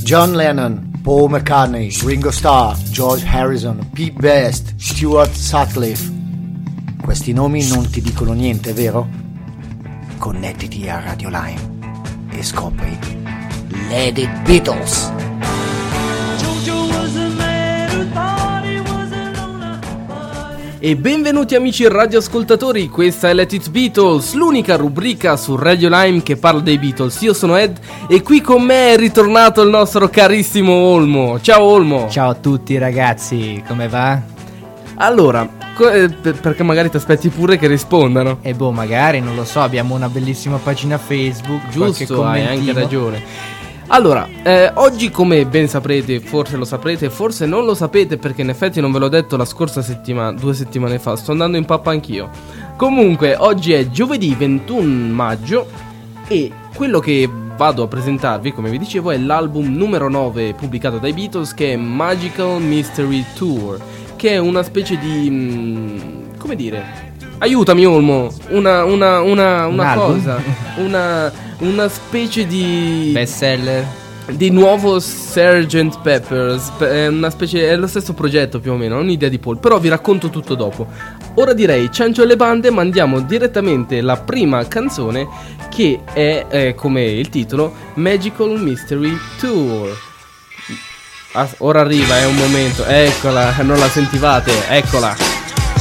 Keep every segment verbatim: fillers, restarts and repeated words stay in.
John Lennon, Paul McCartney, Ringo Starr, George Harrison, Pete Best, Stuart Sutcliffe. Questi nomi non ti dicono niente, vero? Connettiti a Radio Lime e scopri Let It Beatles. E benvenuti amici radioascoltatori, questa è Let It Beatles, l'unica rubrica su Radio Lime che parla dei Beatles. Io sono Ed e qui con me è ritornato il nostro carissimo Olmo. Ciao Olmo. Ciao a tutti ragazzi, come va? Allora, co- eh, per- perché magari ti aspetti pure che rispondano. E boh, magari, non lo so, abbiamo una bellissima pagina Facebook. Giusto, hai anche ragione. Allora, eh, oggi come ben saprete, forse lo saprete, forse non lo sapete perché in effetti non ve l'ho detto la scorsa settimana, due settimane fa, sto andando in pappa anch'io. Comunque, oggi è giovedì ventuno maggio e quello che vado a presentarvi, come vi dicevo, è l'album numero nove pubblicato dai Beatles, che è Magical Mystery Tour, che è una specie di... Mh, come dire... Aiutami Olmo, una, una, una, una Un cosa, una, una specie di... bestseller. Di nuovo sergeant Pepper's, è una specie, è lo stesso progetto più o meno, un'idea di Paul, però vi racconto tutto dopo. Ora direi ciancio alle bande, ma andiamo direttamente alla prima canzone che è, è come il titolo, Magical Mystery Tour. Ah, ora arriva, è un momento, eccola, non la sentivate, eccola.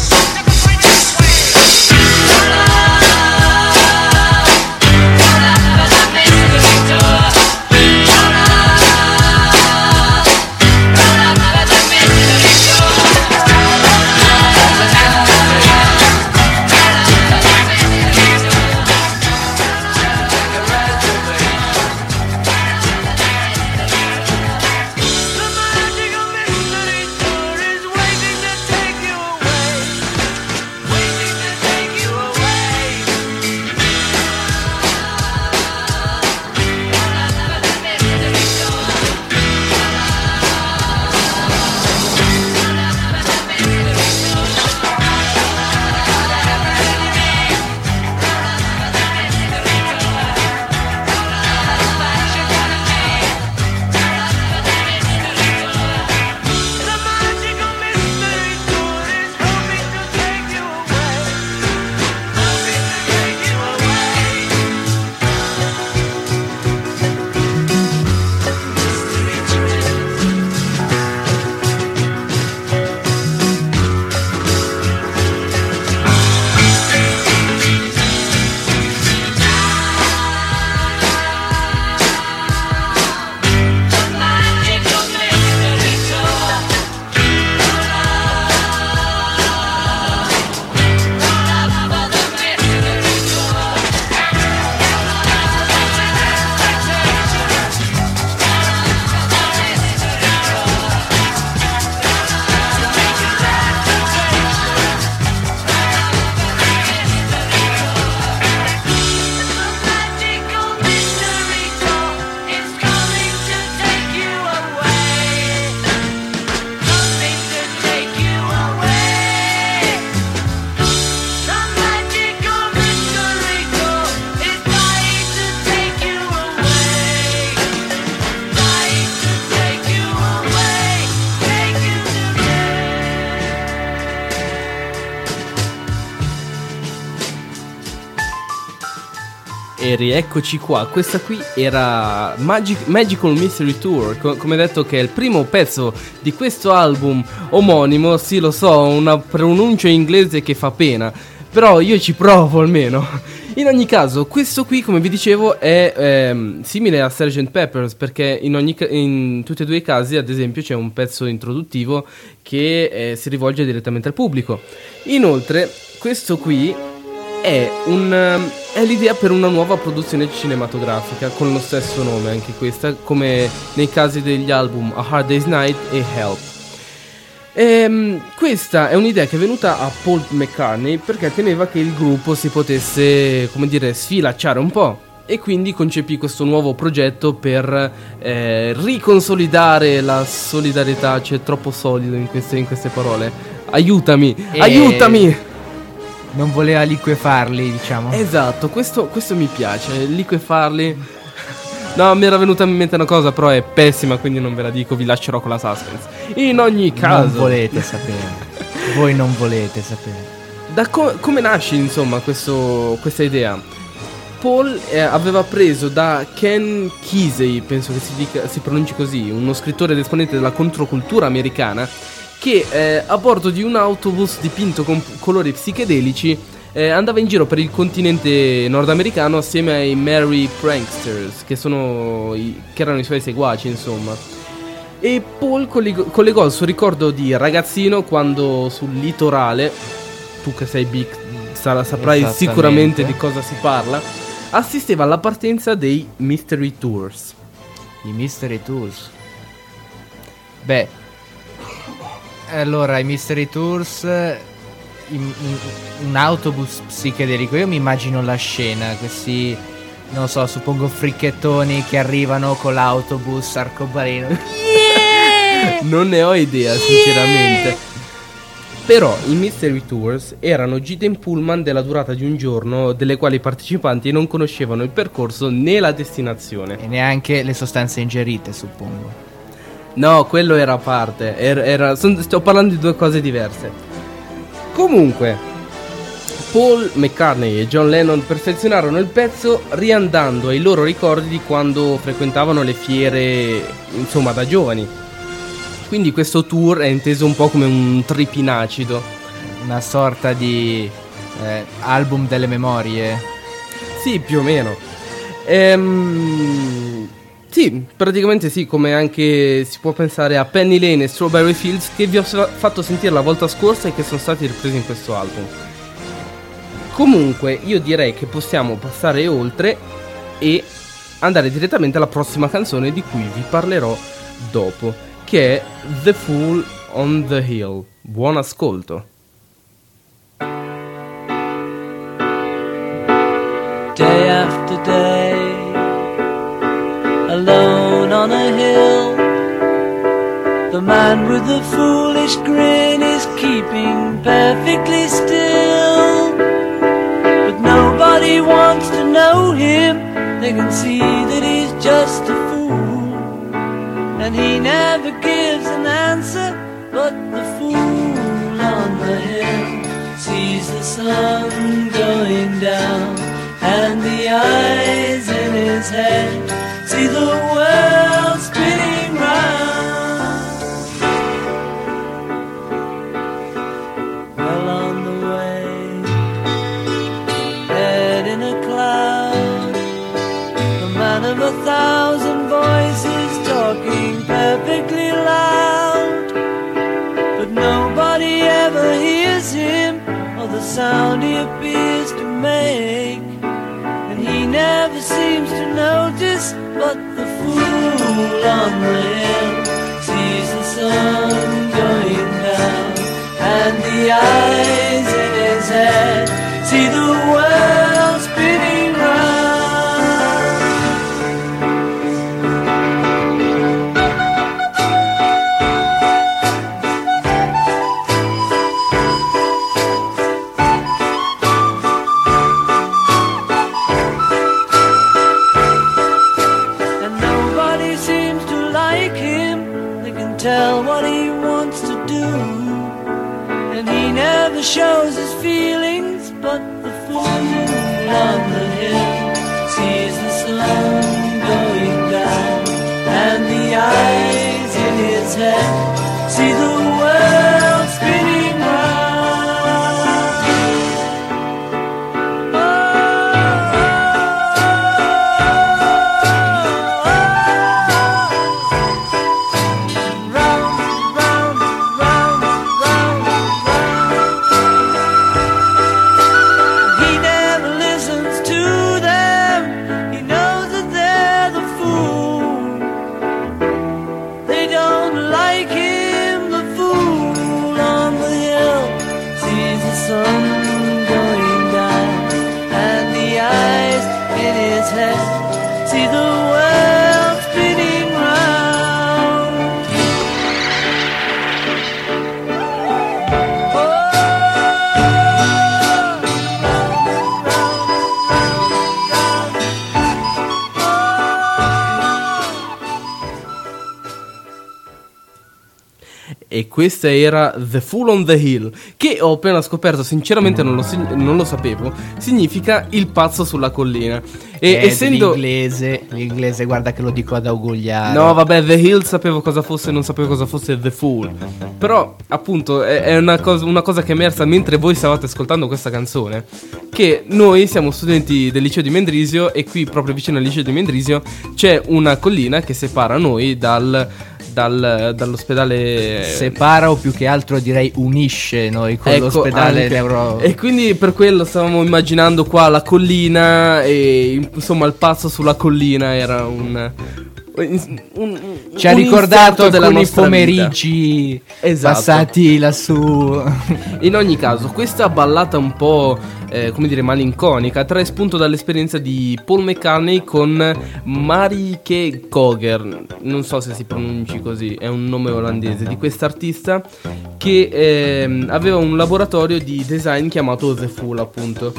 E rieccoci qua, questa qui era Magic, Magical Mystery Tour, co- come detto che è il primo pezzo di questo album omonimo. Sì, lo so, una pronuncia inglese che fa pena, però io ci provo almeno. In ogni caso, questo qui, come vi dicevo, è ehm, simile a sergeant Pepper's perché in, ogni ca- in tutti e due i casi, ad esempio, c'è un pezzo introduttivo che eh, si rivolge direttamente al pubblico. Inoltre, questo qui è, un, è l'idea per una nuova produzione cinematografica con lo stesso nome, anche questa, come nei casi degli album A Hard Day's Night e Help. Ehm, questa è un'idea che è venuta a Paul McCartney perché temeva che il gruppo si potesse, come dire, sfilacciare un po', e quindi concepì questo nuovo progetto per eh, riconsolidare la solidarietà. C'è troppo solido in queste, in queste parole. Aiutami, e... aiutami! Non voleva liquefarli, diciamo. Esatto, questo, questo mi piace, liquefarli. No, mi era venuta in mente una cosa, però è pessima, quindi non ve la dico, vi lascerò con la suspense. In ogni caso, Non volete sapere. Voi non volete sapere. da co- come nasce insomma questo, questa idea? Paul eh, aveva preso da Ken Kesey, penso che si, dica, si pronunci così, uno scrittore ed esponente della controcultura americana, che eh, a bordo di un autobus dipinto con colori psichedelici eh, andava in giro per il continente nordamericano assieme ai Merry Pranksters, che, sono i, che erano i suoi seguaci insomma. E Paul collegò, collegò il suo ricordo di ragazzino quando sul litorale, tu che sei big sa- saprai Esattamente. sicuramente di cosa si parla, assisteva alla partenza dei Mystery Tours. I Mystery Tours. Beh, allora i Mystery Tours, in- in- un autobus psichedelico. Io mi immagino la scena, questi, non lo so, suppongo fricchettoni che arrivano con l'autobus arcobaleno. Non ne ho idea sinceramente. Però i Mystery Tours erano gite in pullman della durata di un giorno, delle quali i partecipanti non conoscevano il percorso né la destinazione. E neanche le sostanze ingerite, suppongo. No, quello era a parte. Era, era- son- sto parlando di due cose diverse. Comunque, Paul McCartney e John Lennon perfezionarono il pezzo riandando ai loro ricordi di quando frequentavano le fiere, insomma, da giovani. Quindi questo tour è inteso un po' come un trip in acido. Una sorta di eh, album delle memorie. Sì, più o meno. Ehm, sì, praticamente sì, come anche si può pensare a Penny Lane e Strawberry Fields, che vi ho sa- fatto sentire la volta scorsa e che sono stati ripresi in questo album. Comunque io direi che possiamo passare oltre e andare direttamente alla prossima canzone di cui vi parlerò dopo, che è The Fool on the Hill. Buon ascolto. Day after day, alone on a hill, the man with the foolish grin is keeping perfectly still. But nobody wants to know him, they can see that he's just a fool. And he never gives an answer, but the fool on the hill sees the sun going down, and the eyes in his head see the world spinning round. Well on the way, head in a cloud, the man of a thousand voices talking perfectly loud, but nobody ever hears him or the sound he appears to make. He never seems to notice, but the fool on the hill sees the sun going down, and the eyes in his head see the world spinning round. Tell what he wants to do, and he never shows his feelings, but the fool on the hill sees the sun going down, and the eyes in his head see the world spinning round. Oh, like him, the fool e questa era The Fool on the Hill, che ho appena scoperto, sinceramente non lo, non lo sapevo, significa il pazzo sulla collina. E eh, essendo l'inglese, l'inglese, guarda che lo dico ad Augugliaro. No, vabbè, The Hill sapevo cosa fosse, non sapevo cosa fosse The Fool. Però, appunto, è, è una, cosa, una cosa che è emersa mentre voi stavate ascoltando questa canzone, che noi siamo studenti del liceo di Mendrisio, e qui proprio vicino al liceo di Mendrisio c'è una collina che separa noi dal... Dal, dall'ospedale. Separa, o più che altro direi unisce noi con ecco, l'ospedale anche. neuro. E quindi per quello stavamo immaginando qua la collina, e insomma il pazzo sulla collina era un, un, un ci ha un ricordato alcuni nostra pomeriggi vita. Esatto. Passati lassù. In ogni caso, questa ballata un po' eh, come dire malinconica trae spunto dall'esperienza di Paul McCartney con Marieke Koger, non so se si pronunci così, è un nome olandese, di quest'artista che eh, aveva un laboratorio di design chiamato The Fool, appunto.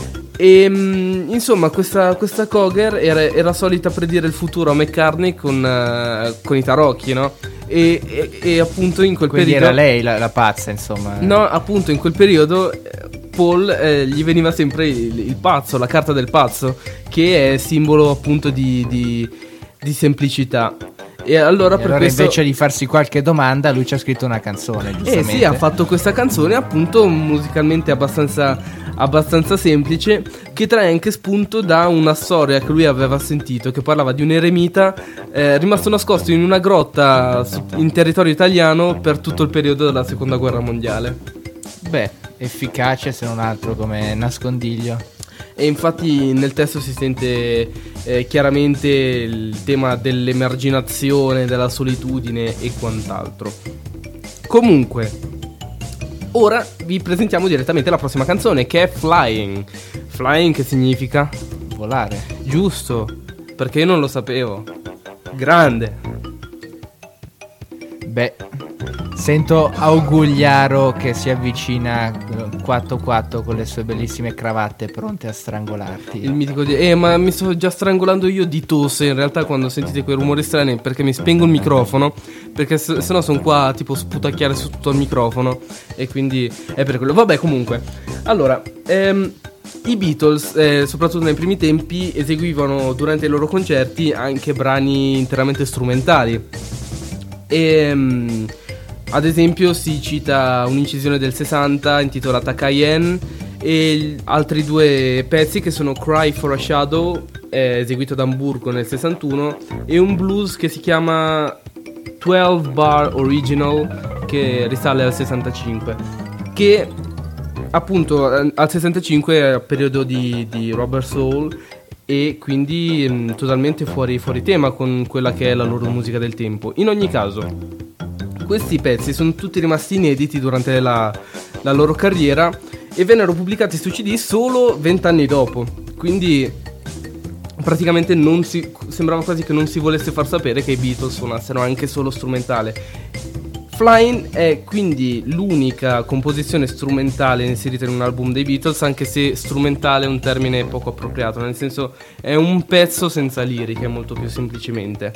E insomma questa, questa Koger era, era solita predire il futuro a McCartney con, uh, con i tarocchi, no? E, e, e appunto in quel Quindi periodo era lei la, la pazza, insomma. No, appunto in quel periodo Paul eh, gli veniva sempre il, il pazzo, la carta del pazzo, che è simbolo appunto di, di, di semplicità. E allora, e per allora questo... invece di farsi qualche domanda, lui ci ha scritto una canzone, giustamente. Eh sì, ha fatto questa canzone appunto musicalmente abbastanza, abbastanza semplice, che trae anche spunto da una storia che lui aveva sentito, che parlava di un eremita eh, rimasto nascosto in una grotta in territorio italiano per tutto il periodo della seconda guerra mondiale. Beh, efficace se non altro come nascondiglio. E infatti nel testo si sente eh, chiaramente il tema dell'emarginazione, della solitudine e quant'altro. Comunque, ora vi presentiamo direttamente la prossima canzone, che è Flying. Flying che significa? Volare. Giusto, perché io non lo sapevo. Grande. Beh, sento Augugliaro che si avvicina quattro quattro con le sue bellissime cravatte pronte a strangolarti. Il mitico di... Eh, ma mi sto già strangolando io di tosse in realtà quando sentite quei rumori strani, perché mi spengo il microfono, perché se, se no sono qua tipo sputacchiare su tutto il microfono, e quindi è per quello. Vabbè, comunque. Allora, ehm, i Beatles, eh, soprattutto nei primi tempi, eseguivano durante i loro concerti anche brani interamente strumentali. E... Um, ad esempio si cita un'incisione del sessanta intitolata Cayenne, e altri due pezzi che sono Cry for a Shadow, eh, eseguito ad Amburgo nel sessantuno, e un blues che si chiama twelve bar Original, che risale al sessantacinque, che appunto al sessantacinque è il periodo di, di Rubber Soul, e quindi mh, totalmente fuori, fuori tema con quella che è la loro musica del tempo. In ogni caso, questi pezzi sono tutti rimasti inediti durante la, la loro carriera e vennero pubblicati su C D solo vent'anni dopo. Quindi praticamente non si, sembrava quasi che non si volesse far sapere che i Beatles suonassero anche solo strumentale. Flying è quindi l'unica composizione strumentale inserita in un album dei Beatles, anche se strumentale è un termine poco appropriato, nel senso è un pezzo senza liriche, molto più semplicemente.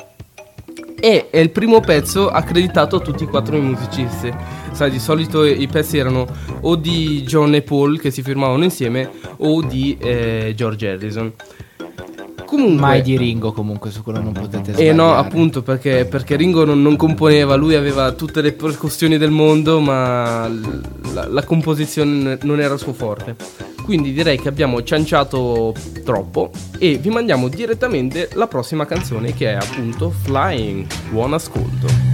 E è il primo pezzo accreditato a tutti e quattro i musicisti. Sai, di solito i pezzi erano o di John e Paul, che si firmavano insieme, o di eh, George Harrison. Comunque, mai di Ringo, comunque, su quello non potete sbagliare. Eh no, appunto, perché, perché Ringo non, non componeva, lui aveva tutte le percussioni del mondo, ma la, la composizione non era il suo forte. Quindi direi che abbiamo cianciato troppo e vi mandiamo direttamente la prossima canzone, che è appunto Flying. Buon ascolto.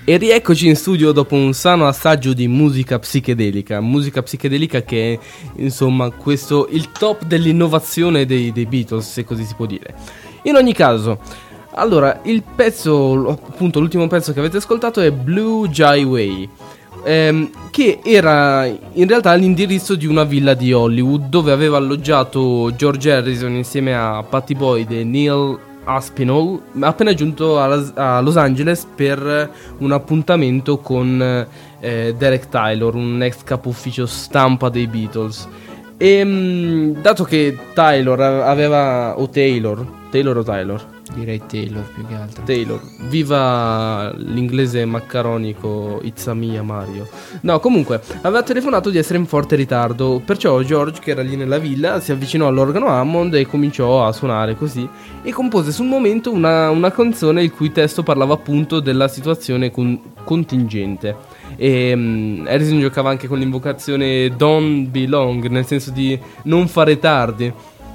E rieccoci in studio dopo un sano assaggio di musica psichedelica. Musica psichedelica che è, insomma, questo il top dell'innovazione dei, dei Beatles, se così si può dire. In ogni caso, allora, il pezzo, appunto l'ultimo pezzo che avete ascoltato è Blue Jay Way, ehm, che era in realtà l'indirizzo di una villa di Hollywood dove aveva alloggiato George Harrison insieme a Pattie Boyd e Neil Aspinall, appena giunto a, a Los Angeles per un appuntamento con eh, Derek Taylor, un ex capo ufficio stampa dei Beatles. E mh, dato che Taylor aveva, o Taylor, Taylor o Taylor? Direi Taylor più che altro. Taylor, viva l'inglese maccaronico It's a me, Mario. No, comunque, aveva telefonato di essere in forte ritardo, perciò George, che era lì nella villa, si avvicinò all'organo Hammond e cominciò a suonare così, e compose sul momento una, una canzone il cui testo parlava appunto della situazione con, contingente. E um, Harrison giocava anche con l'invocazione don't be long, nel senso di non fare tardi.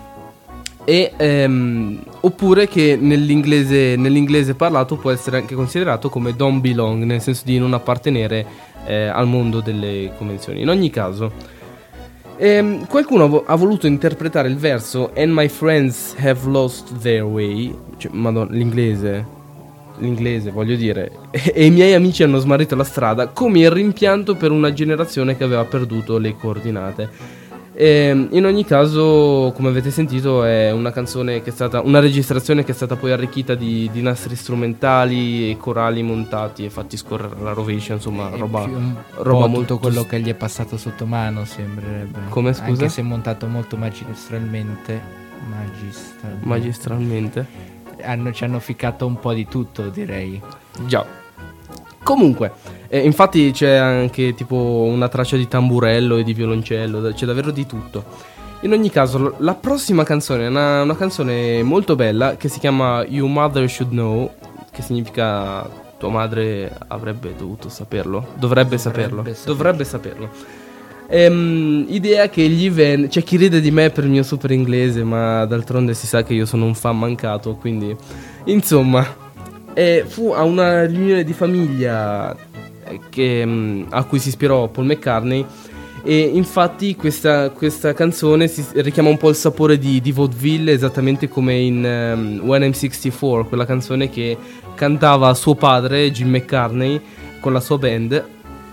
E, ehm, oppure che nell'inglese, nell'inglese parlato può essere anche considerato come don't belong, nel senso di non appartenere eh, al mondo delle convenzioni. In ogni caso, ehm, qualcuno ha, vo- ha voluto interpretare il verso And my friends have lost their way, cioè, madonna, l'inglese, l'inglese voglio dire, e, e i miei amici hanno smarrito la strada, come il rimpianto per una generazione che aveva perduto le coordinate. E in ogni caso, come avete sentito, è una canzone che è stata una registrazione che è stata poi arricchita di, di nastri strumentali e corali montati e fatti scorrere alla rovescia, insomma, E roba, più un roba po' molto tutto quello che gli è passato sotto mano, sembrerebbe. Come, scusa? Anche se è montato molto magistralmente. Magistralmente. magistralmente. Hanno, ci hanno ficcato un po' di tutto, direi. Già. Comunque, eh, infatti c'è anche tipo una traccia di tamburello e di violoncello, c'è davvero di tutto. In ogni caso, la prossima canzone è una, una canzone molto bella che si chiama You Mother Should Know, che significa tua madre avrebbe dovuto saperlo, dovrebbe, dovrebbe saperlo, saperlo, dovrebbe saperlo. Ehm, idea che gli venne, c'è chi ride di me per il mio super inglese, ma d'altronde si sa che io sono un fan mancato, quindi insomma. E fu a una riunione di famiglia che, mh, a cui si ispirò Paul McCartney, e infatti questa, questa canzone si richiama un po' il sapore di, di vaudeville, esattamente come in um, When I'm sessantaquattro, quella canzone che cantava suo padre Jim McCartney con la sua band.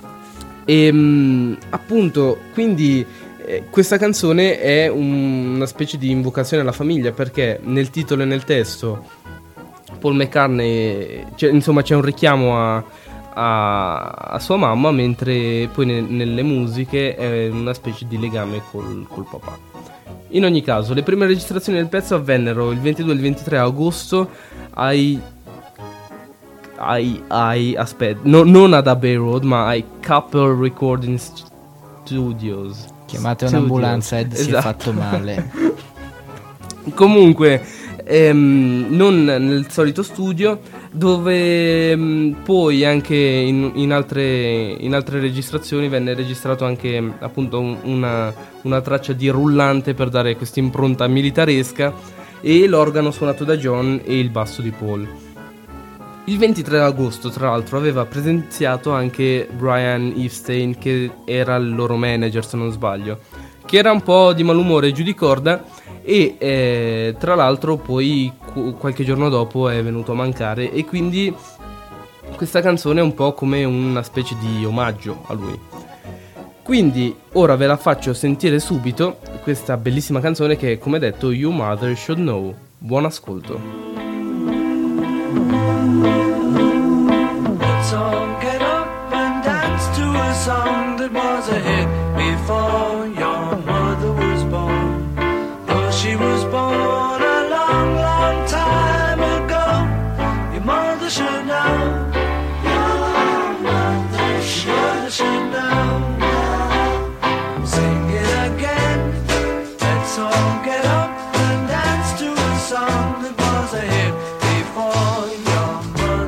E mh, appunto, quindi eh, questa canzone è un, una specie di invocazione alla famiglia, perché nel titolo e nel testo Paul McCartney, cioè, insomma, c'è un richiamo a, a, a sua mamma, mentre poi ne, nelle musiche è una specie di legame col, col papà. In ogni caso, le prime registrazioni del pezzo avvennero il ventidue e il ventitré agosto ai ai, ai aspetta, no, non ad Abbey Road, ma ai Couple Recording Studios. Chiamate Studios. un'ambulanza, Ed Esatto. si è fatto male. Comunque, ehm, non nel solito studio, dove ehm, poi anche in, in, altre, in altre registrazioni venne registrato anche appunto un, una, una traccia di rullante per dare questa impronta militaresca, e l'organo suonato da John e il basso di Paul. Il ventitré agosto, tra l'altro, aveva presenziato anche Brian Epstein, che era il loro manager, se non sbaglio, che era un po' di malumore giù di corda, e eh, tra l'altro poi cu- qualche giorno dopo è venuto a mancare, e quindi questa canzone è un po' come una specie di omaggio a lui. Quindi ora ve la faccio sentire subito, questa bellissima canzone che, come detto, You Mother Should Know. Buon ascolto. Let's all get up and dance to a song that was a hit before your mother was born. Though she was born a long, long time ago, your mother should know. Your mother should know. Sing it again. Let's all get up and dance to a song that was a hit before your mother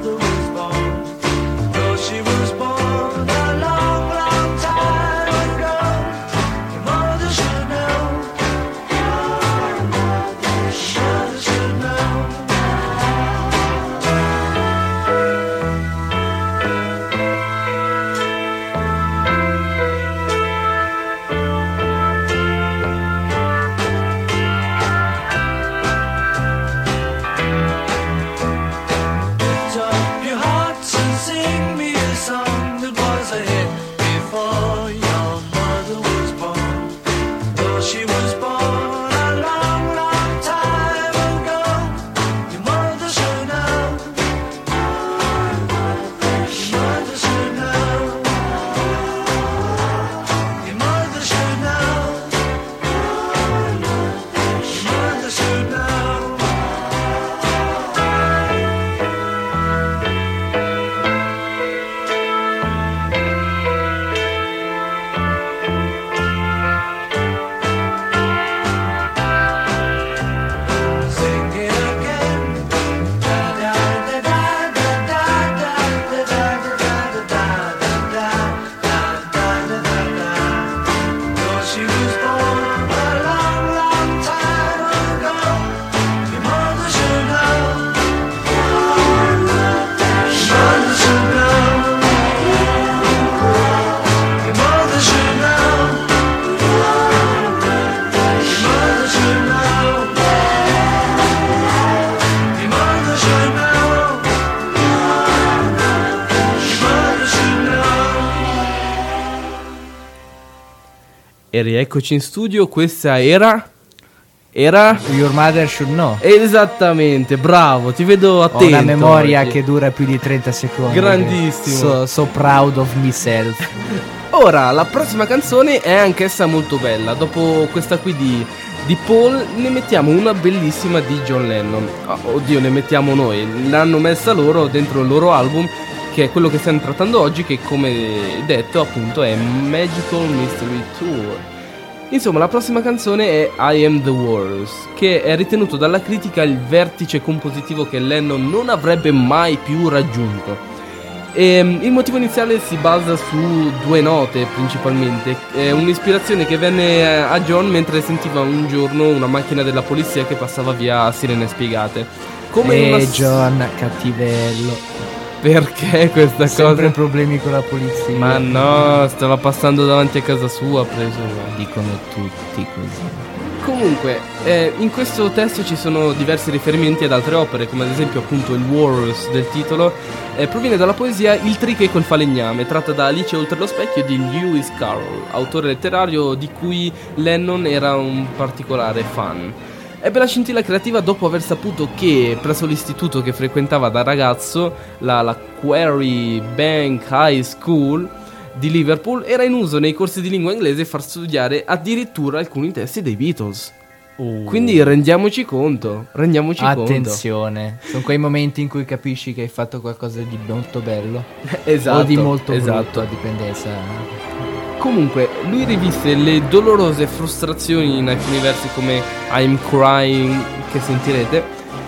E rieccoci in studio, questa era... Era... Your Mother Should Know. Esattamente, bravo, ti vedo attento. Ho una memoria oggi. che dura più di trenta secondi. Grandissimo. So, so proud of myself. Ora, la prossima canzone è anch'essa molto bella. Dopo questa qui di, di Paul, ne mettiamo una bellissima di John Lennon. Oh, oddio, ne mettiamo noi. L'hanno messa loro dentro il loro album, che è quello che stiamo trattando oggi, che come detto appunto è Magical Mystery Tour. Insomma, la prossima canzone è I Am The Walrus, che è ritenuto dalla critica il vertice compositivo che Lennon non avrebbe mai più raggiunto. E, il motivo iniziale si basa su due note principalmente. È un'ispirazione che venne a John mentre sentiva un giorno una macchina della polizia che passava via a sirene spiegate. Come E una... John, cattivello. Perché questa Sempre cosa? problemi con la polizia. Ma no, stava passando davanti a casa sua, preso. Dicono tutti così. Comunque, eh, in questo testo ci sono diversi riferimenti ad altre opere, come ad esempio appunto il Walrus del titolo, eh, proviene dalla poesia Il triche col falegname, tratta da Alice oltre lo specchio di Lewis Carroll, autore letterario di cui Lennon era un particolare fan. Ebbe la scintilla creativa dopo aver saputo che presso l'istituto che frequentava da ragazzo, la, la Quarry Bank High School di Liverpool, era in uso nei corsi di lingua inglese far studiare addirittura alcuni testi dei Beatles. Uh. Quindi rendiamoci conto, rendiamoci Attenzione, sono quei momenti in cui capisci che hai fatto qualcosa di molto bello conto. Esatto, o di molto esatto. brutto, a dipendenza. Comunque, lui rivisse le dolorose frustrazioni in alcuni versi come I'm crying, che sentirete,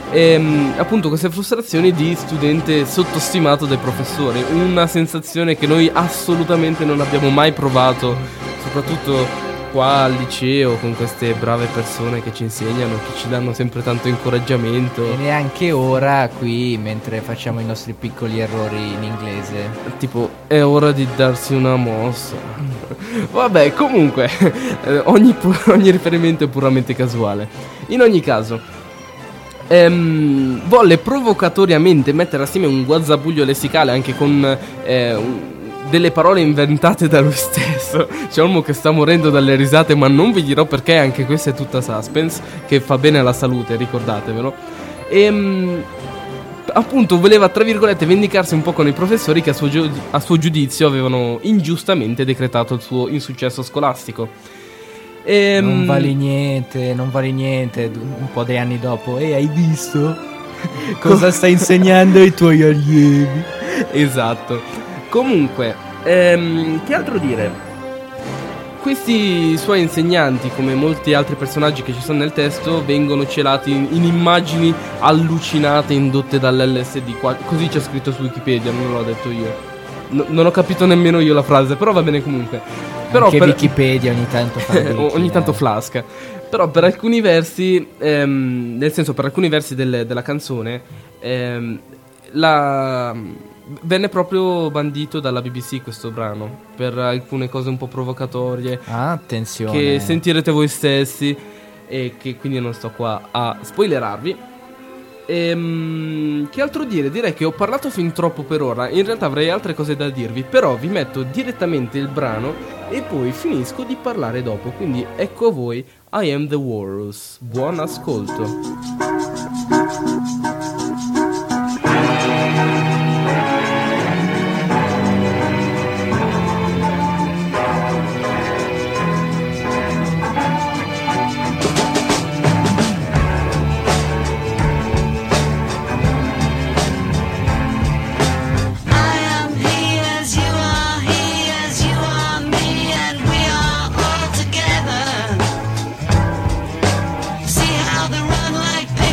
e appunto queste frustrazioni di studente sottostimato dai professori, una sensazione che noi assolutamente non abbiamo mai provato, soprattutto qua al liceo con queste brave persone che ci insegnano, che ci danno sempre tanto incoraggiamento. E neanche ora qui mentre facciamo i nostri piccoli errori in inglese. Tipo, è ora di darsi una mossa. Vabbè, comunque, eh, ogni, pu- ogni riferimento è puramente casuale. In ogni caso, ehm, volle provocatoriamente mettere assieme un guazzabuglio lessicale anche con eh, un, delle parole inventate da lui stesso. C'è Olmo che sta morendo dalle risate, ma non vi dirò perché, anche questa è tutta suspense, che fa bene alla salute, ricordatevelo. Ehm... appunto voleva tra virgolette vendicarsi un po' con i professori che a suo, giu- a suo giudizio avevano ingiustamente decretato il suo insuccesso scolastico. Ehm... Non vale niente, non vale niente. Un po' di anni dopo, e hai visto cosa stai insegnando ai tuoi allievi? Esatto. Comunque, ehm, che altro dire? Questi suoi insegnanti, come molti altri personaggi che ci sono nel testo, vengono celati in, in immagini allucinate indotte dall'L S D. Qua, così c'è scritto su Wikipedia, non l'ho detto io. No, non ho capito nemmeno io la frase, però va bene comunque. Però Anche per... Wikipedia ogni tanto fa eh, ogni tanto flasca. Però per alcuni versi, ehm, nel senso per alcuni versi del, della canzone, ehm, la... venne proprio bandito dalla B B C questo brano per alcune cose un po' provocatorie. Ah, attenzione. Che sentirete voi stessi e che quindi non sto qua a spoilerarvi. Ehm, che altro dire? Direi che ho parlato fin troppo per ora. In realtà avrei altre cose da dirvi, però vi metto direttamente il brano e poi finisco di parlare dopo. Quindi ecco a voi I Am The Walrus. Buon ascolto. See how they run like pigs.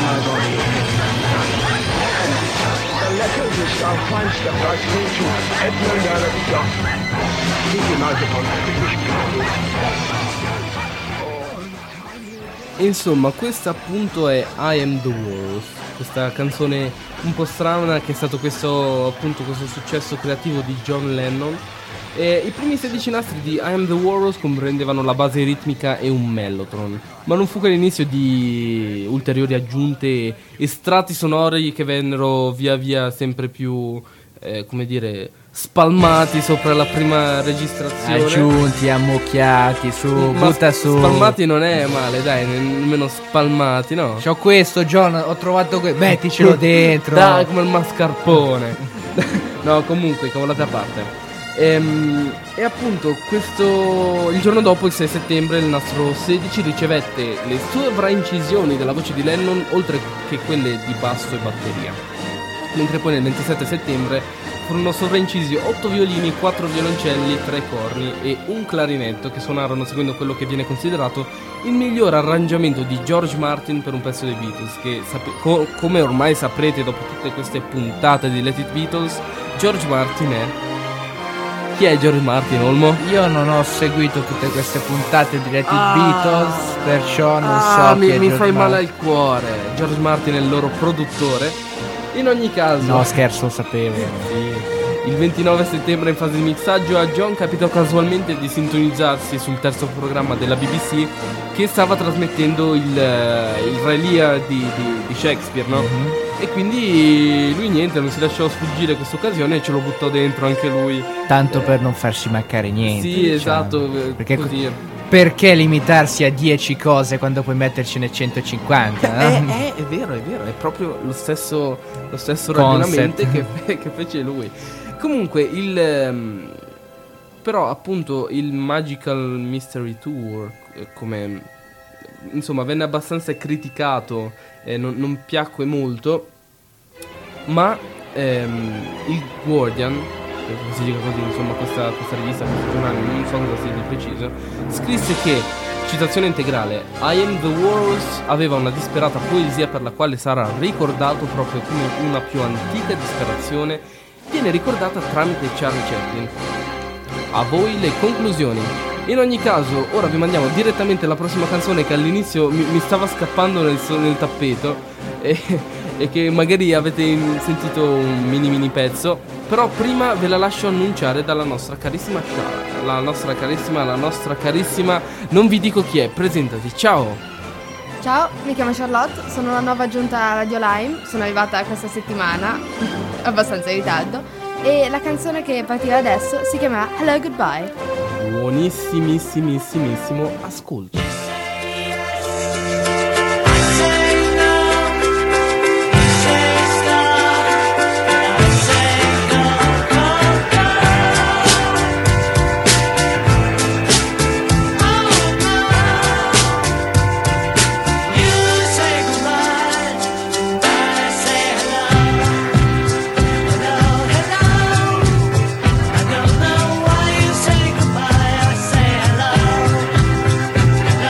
my body. The letters which thou findst are writing to Edmund Allen John. Keep him out upon the British people. Insomma, questa appunto è I Am The Walrus, questa canzone un po' strana che è stato questo appunto questo successo creativo di John Lennon. E i primi sedici nastri di I Am The Walrus comprendevano la base ritmica e un mellotron, ma non fu che l'inizio di ulteriori aggiunte e strati sonori che vennero via via sempre più, eh, come dire, spalmati sopra la prima registrazione. Aggiunti, ammucchiati, su, Ma butta su. Spalmati non è male, dai, nemmeno spalmati, no? C'ho questo, John, ho trovato questo. Metticelo dentro. Dai, come il mascarpone. No, comunque, cavolate a parte. Ehm, e appunto questo il giorno dopo, il sei settembre, il nastro sedici ricevette le sovraincisioni della voce di Lennon oltre che quelle di basso e batteria, mentre poi nel ventisette settembre furono sovraincisi otto violini, quattro violoncelli, tre corni e un clarinetto che suonarono secondo quello che viene considerato il miglior arrangiamento di George Martin per un pezzo dei Beatles, che sape- co- come ormai saprete dopo tutte queste puntate di Let It Beatles, George Martin è... Chi è George Martin, Olmo? Io non ho seguito tutte queste puntate di Let It Ah. Beatles, perciò non Ah, so mi, chi è mi George fai male Martin. al cuore. George Martin è il loro produttore. In ogni caso, No, scherzo, lo sapevo. sì, il ventinove settembre in fase di mixaggio a John capitò casualmente di sintonizzarsi sul terzo programma della B B C che stava trasmettendo il, eh, il Re Lear di, di, di Shakespeare, no? Mhm. E quindi lui niente, non si lasciò sfuggire questa occasione e ce lo buttò dentro anche lui. Tanto per non farci mancare niente. Sì, diciamo. esatto, eh, Perché così. Perché limitarsi a dieci cose quando puoi mettercene centocinquanta? Eh, no? eh, è vero, è vero, è proprio lo stesso, lo stesso Concept. ragionamento che, fe- che fece lui. Comunque, il ehm, però appunto il Magical Mystery Tour, eh, come insomma venne abbastanza criticato, eh, non, non piacque molto, ma ehm, il Guardian, eh, si dica così, insomma questa, questa rivista, questo giornale, non so cosa sia di preciso, scrisse che, citazione integrale, I Am The Walrus aveva una disperata poesia per la quale sarà ricordato proprio come una più antica disperazione viene ricordata tramite Charlie Chaplin. A voi le conclusioni. In ogni caso, ora vi mandiamo direttamente la prossima canzone che all'inizio mi, mi stava scappando nel, so- nel tappeto e, e che magari avete in- sentito un mini mini pezzo. Però prima ve la lascio annunciare dalla nostra carissima Shara, la nostra carissima, la nostra carissima, non vi dico chi è, presentati, ciao! Ciao, mi chiamo Charlotte, sono una nuova giunta a Radio Lime, sono arrivata questa settimana, abbastanza in ritardo, e la canzone che partirà adesso si chiama Hello Goodbye. Buonissimissimissimo ascolto. I don't know why you say goodbye. I say hello.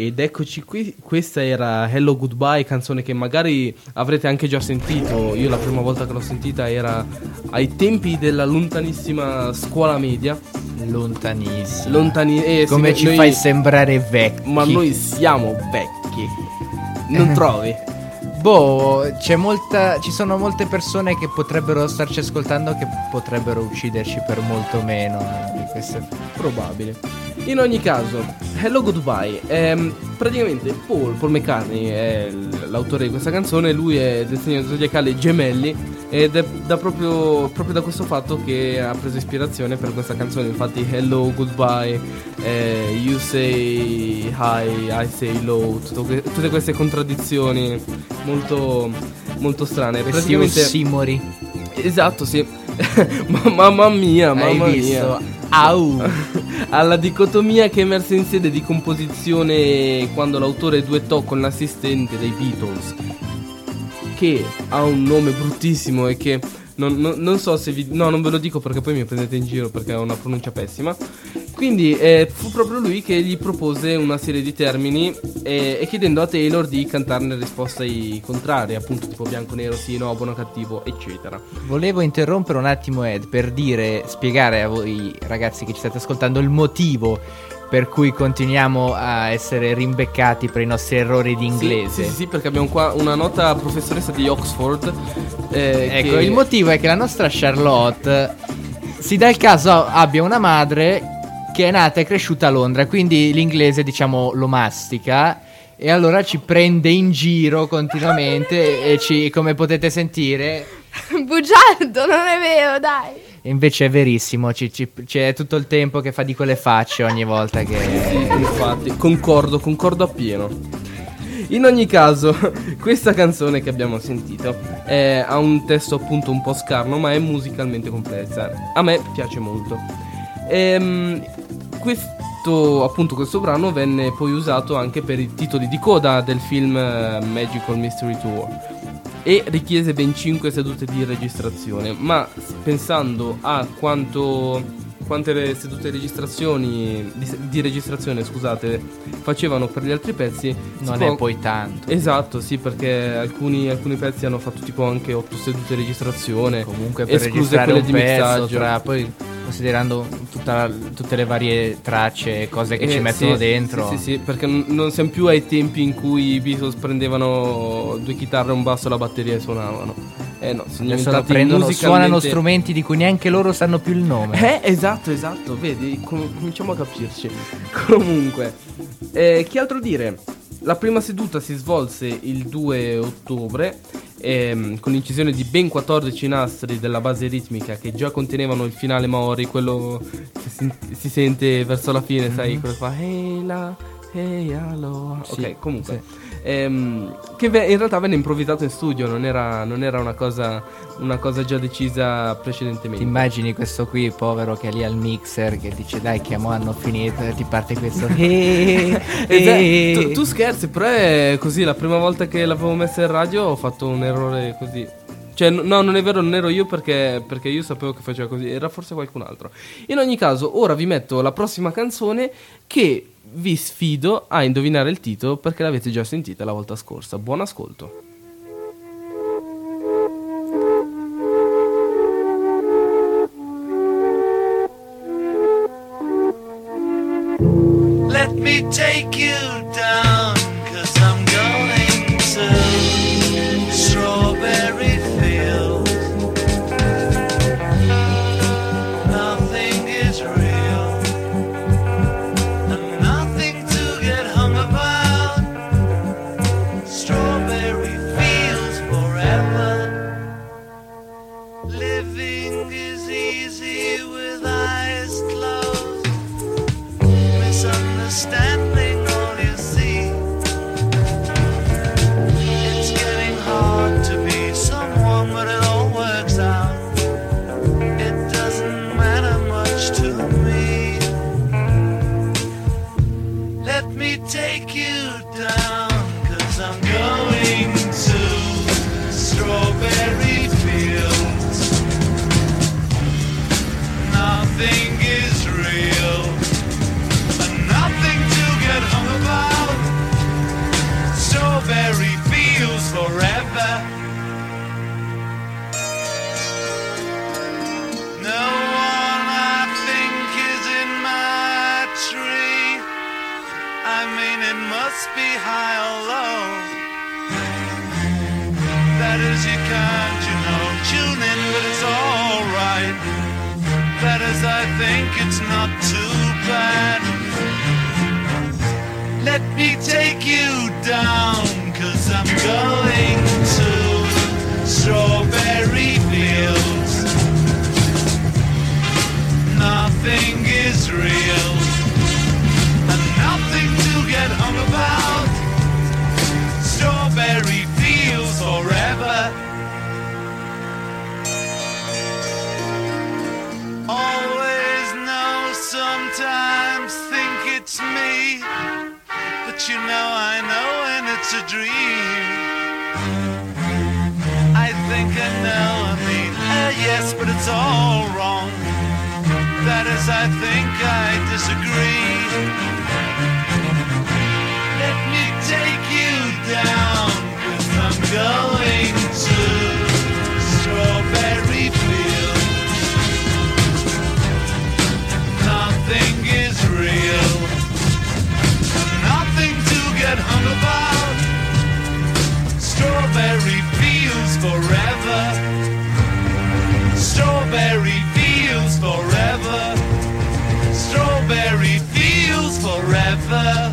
Ed eccoci qui, questa era Hello Goodbye, canzone che magari avrete anche già sentito. Io la prima volta che l'ho sentita era ai tempi della lontanissima scuola media. Lontanissimo. Lontani- eh, sì, Come noi- ci noi- fai sembrare vecchi. Ma noi siamo vecchi, non trovi? Boh, c'è molta, ci sono molte persone che potrebbero starci ascoltando che potrebbero ucciderci per molto meno di queste. Probabile. In ogni caso, Hello Goodbye, ehm, praticamente Paul, Paul McCartney è l- l'autore di questa canzone. Lui è del segno zodiacale Gemelli ed è da proprio, proprio da questo fatto che ha preso ispirazione per questa canzone. Infatti Hello Goodbye, eh, You say hi, I say low, tutto que- tutte queste contraddizioni molto, molto strane. Questi Praticamente, ossimori. esatto, sì. Ma- mamma mia, mamma Hai mia. visto? Au. Alla dicotomia che è emersa in sede di composizione quando l'autore duettò con l'assistente dei Beatles, che ha un nome bruttissimo e che non, non- non so se vi... No, non ve lo dico perché poi mi prendete in giro perché ha una pronuncia pessima. Quindi eh, fu proprio lui che gli propose una serie di termini eh, e chiedendo a Taylor di cantarne risposte ai contrari, appunto tipo bianco, nero, sì, no, buono, cattivo, eccetera. Volevo interrompere un attimo Ed per dire, spiegare a voi ragazzi che ci state ascoltando il motivo per cui continuiamo a essere rimbeccati per i nostri errori di inglese. Sì, sì, sì, perché abbiamo qua una nota professoressa di Oxford. eh, Ecco, che- il motivo è che la nostra Charlotte si dà il caso abbia una madre che è nata e cresciuta a Londra, quindi l'inglese diciamo lo mastica e allora ci prende in giro continuamente e ci, come potete sentire, Bugiardo, non è vero, dai. invece è verissimo, ci- ci- c'è tutto il tempo che fa di quelle facce ogni volta che... Infatti, concordo, concordo appieno. In ogni caso, questa canzone che abbiamo sentito eh, ha un testo appunto un po' scarno, ma è musicalmente complessa. A me piace molto. Ehm, questo, appunto, questo brano venne poi usato anche per i titoli di coda del film eh, Magical Mystery Tour e richiese ben cinque sedute di registrazione. Ma pensando a quanto quante le sedute di registrazioni di, di registrazione, scusate, facevano per gli altri pezzi, Non si è può- poi tanto. Esatto, sì, perché alcuni, alcuni pezzi hanno fatto tipo anche otto sedute di registrazione, Comunque per escluse registrare quelle un di pezzo, mixaggio. tra, poi considerando tutta- tutte le varie tracce e cose che Eh, ci mettono sì, dentro. Sì, sì, sì, perché n- non siamo più ai tempi in cui i Beatles prendevano due chitarre, un basso e la batteria e suonavano. Eh no, sono Adesso diventati prendono, musicalmente... suonano strumenti di cui neanche loro sanno più il nome. Eh, esatto, esatto, vedi, com- cominciamo a capirci. Comunque, eh, che altro dire? La prima seduta si svolse il due ottobre ehm, con l'incisione di ben quattordici nastri della base ritmica che già contenevano il finale Maori, quello che si, si sente verso la fine, sai, quello che fa hey la, hey aloha. Sì, ok, comunque. Ehm, che ve- in realtà venne improvvisato in studio, non era, non era una cosa, una cosa già decisa Ti precedentemente. immagini questo qui, povero, che è lì al mixer che dice dai che mo hanno finito e ti parte questo eh, eh. Esatto, tu, tu scherzi, però è così. La prima volta che l'avevo messa in radio ho fatto un errore così. Cioè, no, non è vero, non ero io perché, perché io sapevo che faceva così, era forse qualcun altro. In ogni caso, ora vi metto la prossima canzone che vi sfido a indovinare il titolo perché l'avete già sentita la volta scorsa. Buon ascolto. Let me take you down, 'cause I'm going to Strawberry Fields. Nothing is real, and nothing to get hung about. Strawberry bad as you can't, you know. Tune in, but it's alright. Bad as I think, it's not too bad. Let me take you down, 'cause I'm going to strawberry fields. Nothing is real, and nothing to get hung about. Strawberry fields forever. Always know, sometimes think it's me, but you know I know when it's a dream. I think I know, I mean, uh, yes, but it's all wrong. That is, I think I disagree. Let me take you down, 'cause I'm going to strawberry fields. Nothing is real, nothing to get hung about. Strawberry fields forever. Strawberry fields forever. Strawberry fields forever.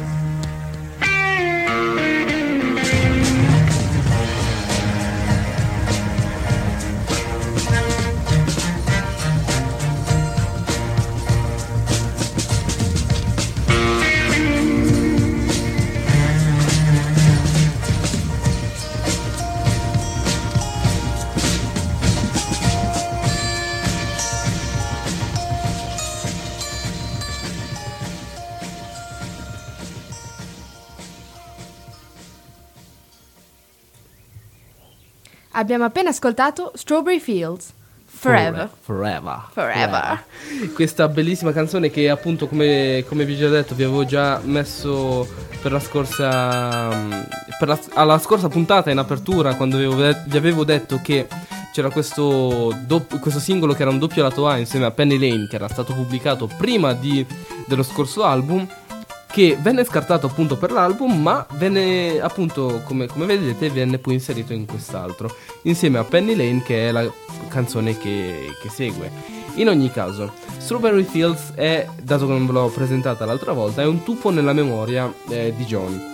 Abbiamo appena ascoltato Strawberry Fields. Forever. Forever. Forever. Forever. Questa bellissima canzone che appunto come, come vi ho già detto vi avevo già messo per la scorsa per la, alla scorsa puntata in apertura, quando avevo de- vi avevo detto che c'era questo, dopp- questo singolo che era un doppio lato A insieme a Penny Lane, che era stato pubblicato prima di, dello scorso album, che venne scartato appunto per l'album, ma venne appunto, come, come vedete, venne poi inserito in quest'altro, insieme a Penny Lane, che è la canzone che, che segue. In ogni caso, Strawberry Fields è, dato che non ve l'ho presentata l'altra volta, è un tuffo nella memoria eh, di John.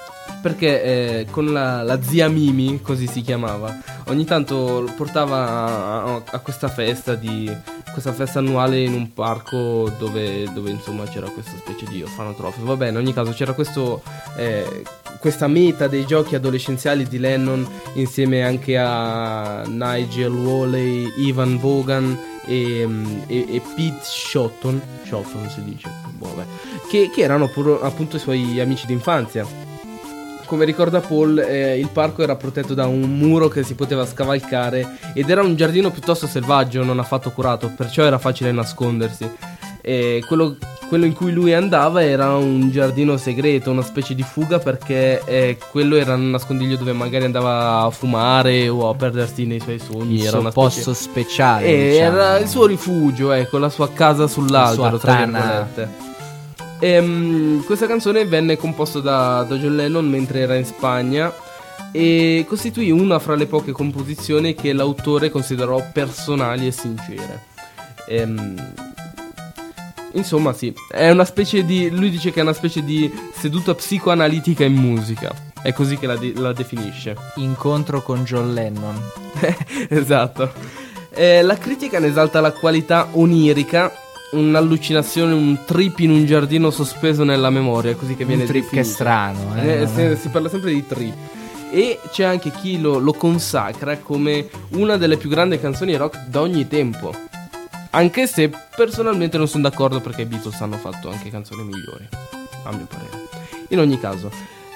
Perché eh, con la, la zia Mimi, così si chiamava, ogni tanto lo portava a, a, a questa festa di questa festa annuale in un parco dove, dove insomma c'era questa specie di orfanotrofio. Va bene, in ogni caso c'era questo eh, questa meta dei giochi adolescenziali di Lennon insieme anche a Nigel Woolley, Ivan Vaughan e, e, e Pete Shotton, Shotton si dice, vabbè, che, che erano pur, appunto i suoi amici d'infanzia. Come ricorda Paul, eh, il parco era protetto da un muro che si poteva scavalcare ed era un giardino piuttosto selvaggio, non affatto curato, perciò era facile nascondersi. E quello, quello in cui lui andava era un giardino segreto, una specie di fuga, perché eh, quello era un nascondiglio dove magari andava a fumare o a perdersi nei suoi sogni. Il era suo una posto specie... speciale, eh, diciamo. Era il suo rifugio, ecco, la sua casa sull'albero, sua tra tana. virgolette. E, um, questa canzone venne composta da, da John Lennon mentre era in Spagna e costituì una fra le poche composizioni che l'autore considerò personali e sincere. E, um, insomma sì, è una specie di... lui dice che è una specie di seduta psicoanalitica in musica, è così che la, de- la definisce. Incontro con John Lennon. Esatto. E la critica ne esalta la qualità onirica, un'allucinazione, un trip in un giardino sospeso nella memoria, così che viene un trip definito. che è strano, eh? Eh, si, si parla sempre di trip. E c'è anche chi lo, lo consacra come una delle più grandi canzoni rock d'ogni tempo, anche se personalmente non sono d'accordo, perché i Beatles hanno fatto anche canzoni migliori, a mio parere. In ogni caso,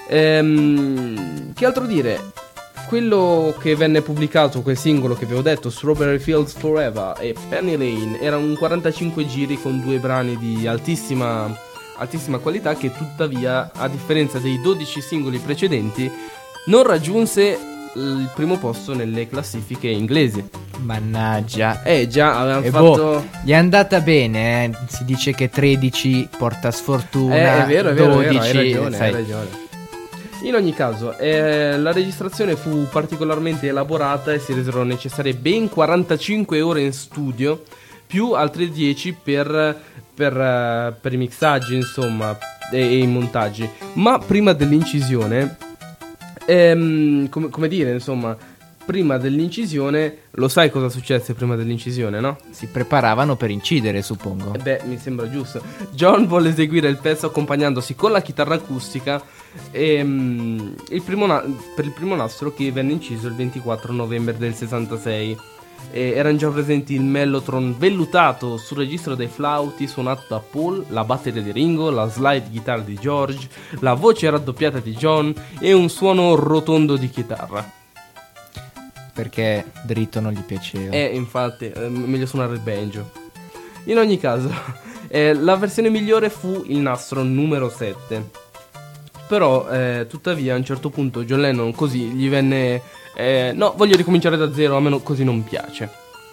ehm, che altro dire? Quello che venne pubblicato, quel singolo che vi ho detto, Strawberry Fields Forever e Penny Lane, era un quarantacinque giri con due brani di altissima, altissima qualità, che tuttavia, a differenza dei dodici singoli precedenti, non raggiunse il primo posto nelle classifiche inglesi. Mannaggia. Eh già, avevano E fatto... boh, gli è andata bene, eh? Si dice che tredici porta sfortuna, Eh, è vero, è vero, è vero, dodici, hai ragione, sai. hai ragione. In ogni caso, eh, la registrazione fu particolarmente elaborata e si resero necessarie ben quarantacinque ore in studio, più altre dieci per, per, uh, per i mixaggi, insomma, e, e i montaggi. Ma prima dell'incisione, ehm, com- come dire, insomma, prima dell'incisione, lo sai cosa successe prima dell'incisione, no? Si preparavano per incidere, suppongo. Eh beh, mi sembra giusto. John volle eseguire il pezzo accompagnandosi con la chitarra acustica e, mm, il primo na- per il primo nastro, che venne inciso il ventiquattro novembre del sessantasei. E erano già presenti il mellotron vellutato sul registro dei flauti suonato da Paul, la batteria di Ringo, la slide guitar di George, la voce raddoppiata di John e un suono rotondo di chitarra. Perché dritto non gli piaceva. Eh, infatti, è meglio suonare il banjo. In ogni caso, eh, la versione migliore fu il nastro numero sette. Però, eh, tuttavia, a un certo punto John Lennon così gli venne... Eh, no, voglio ricominciare da zero, a me no- così non piace.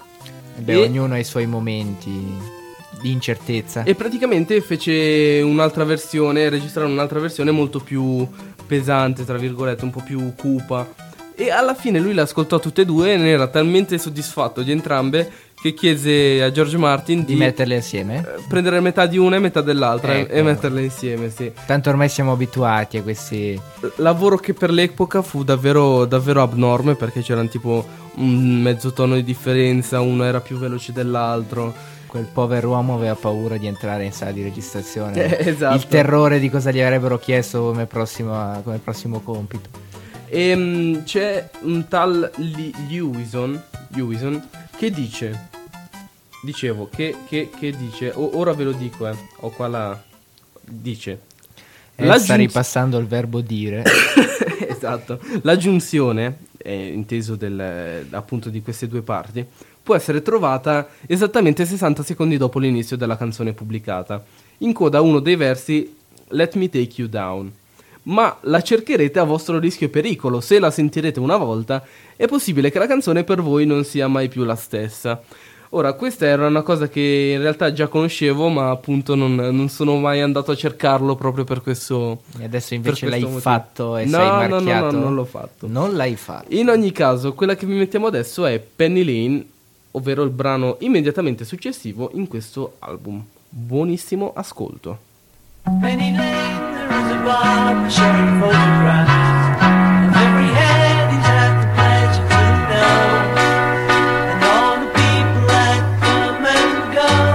E beh, e... ognuno ha i suoi momenti di incertezza. E praticamente fece un'altra versione, registrarono un'altra versione molto più pesante, tra virgolette, un po' più cupa. E alla fine lui le ascoltò tutte e due e ne era talmente soddisfatto di entrambe che chiese a George Martin di, di metterle insieme? eh, prendere metà di una e metà dell'altra, Ecco. e metterle insieme, sì. Tanto ormai siamo abituati a questi... Lavoro che per l'epoca fu davvero, davvero abnorme, perché c'erano tipo un mezzo tono di differenza, uno era più veloce dell'altro. Quel povero uomo aveva paura di entrare in sala di registrazione. Eh, esatto. Il terrore di cosa gli avrebbero chiesto come, prossima, come prossimo compito. E um, c'è un tal Li- Lewison, Lewison che dice, dicevo, che, che, che dice, o- ora ve lo dico, eh, ho qua la, dice, Eh, la sta giun- ripassando il verbo dire. esatto, la giunzione, eh, inteso del, appunto di queste due parti, può essere trovata esattamente sessanta secondi dopo l'inizio della canzone pubblicata, in coda a uno dei versi Let Me Take You Down. Ma la cercherete a vostro rischio e pericolo. Se la sentirete una volta, è possibile che la canzone per voi non sia mai più la stessa. Ora, questa era una cosa che in realtà già conoscevo, ma appunto non, non sono mai andato a cercarlo proprio per questo. E adesso per invece questo l'hai motivo. fatto e No, sei no, no, marchiato. no, non l'ho fatto. Non l'hai fatto. In ogni caso, quella che vi mettiamo adesso è Penny Lane, ovvero il brano immediatamente successivo in questo album. Buonissimo ascolto. Penny Lane, there is a bar showing photographs of every head he's had the pleasure to know, and all the people that come and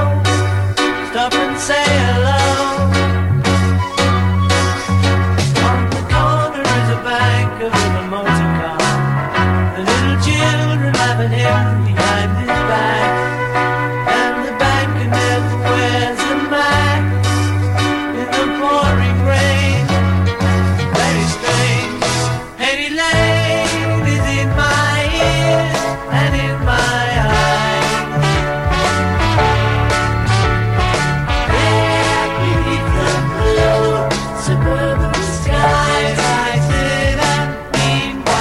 go stop and say hello. On the corner is a banker with a motor car, the little children laughing him behind his back, and the banker never wears a mask. Pouring rain, very strange. Penny Lane is in my ears and in my eyes. There beneath the blue suburban skies, I sit and beam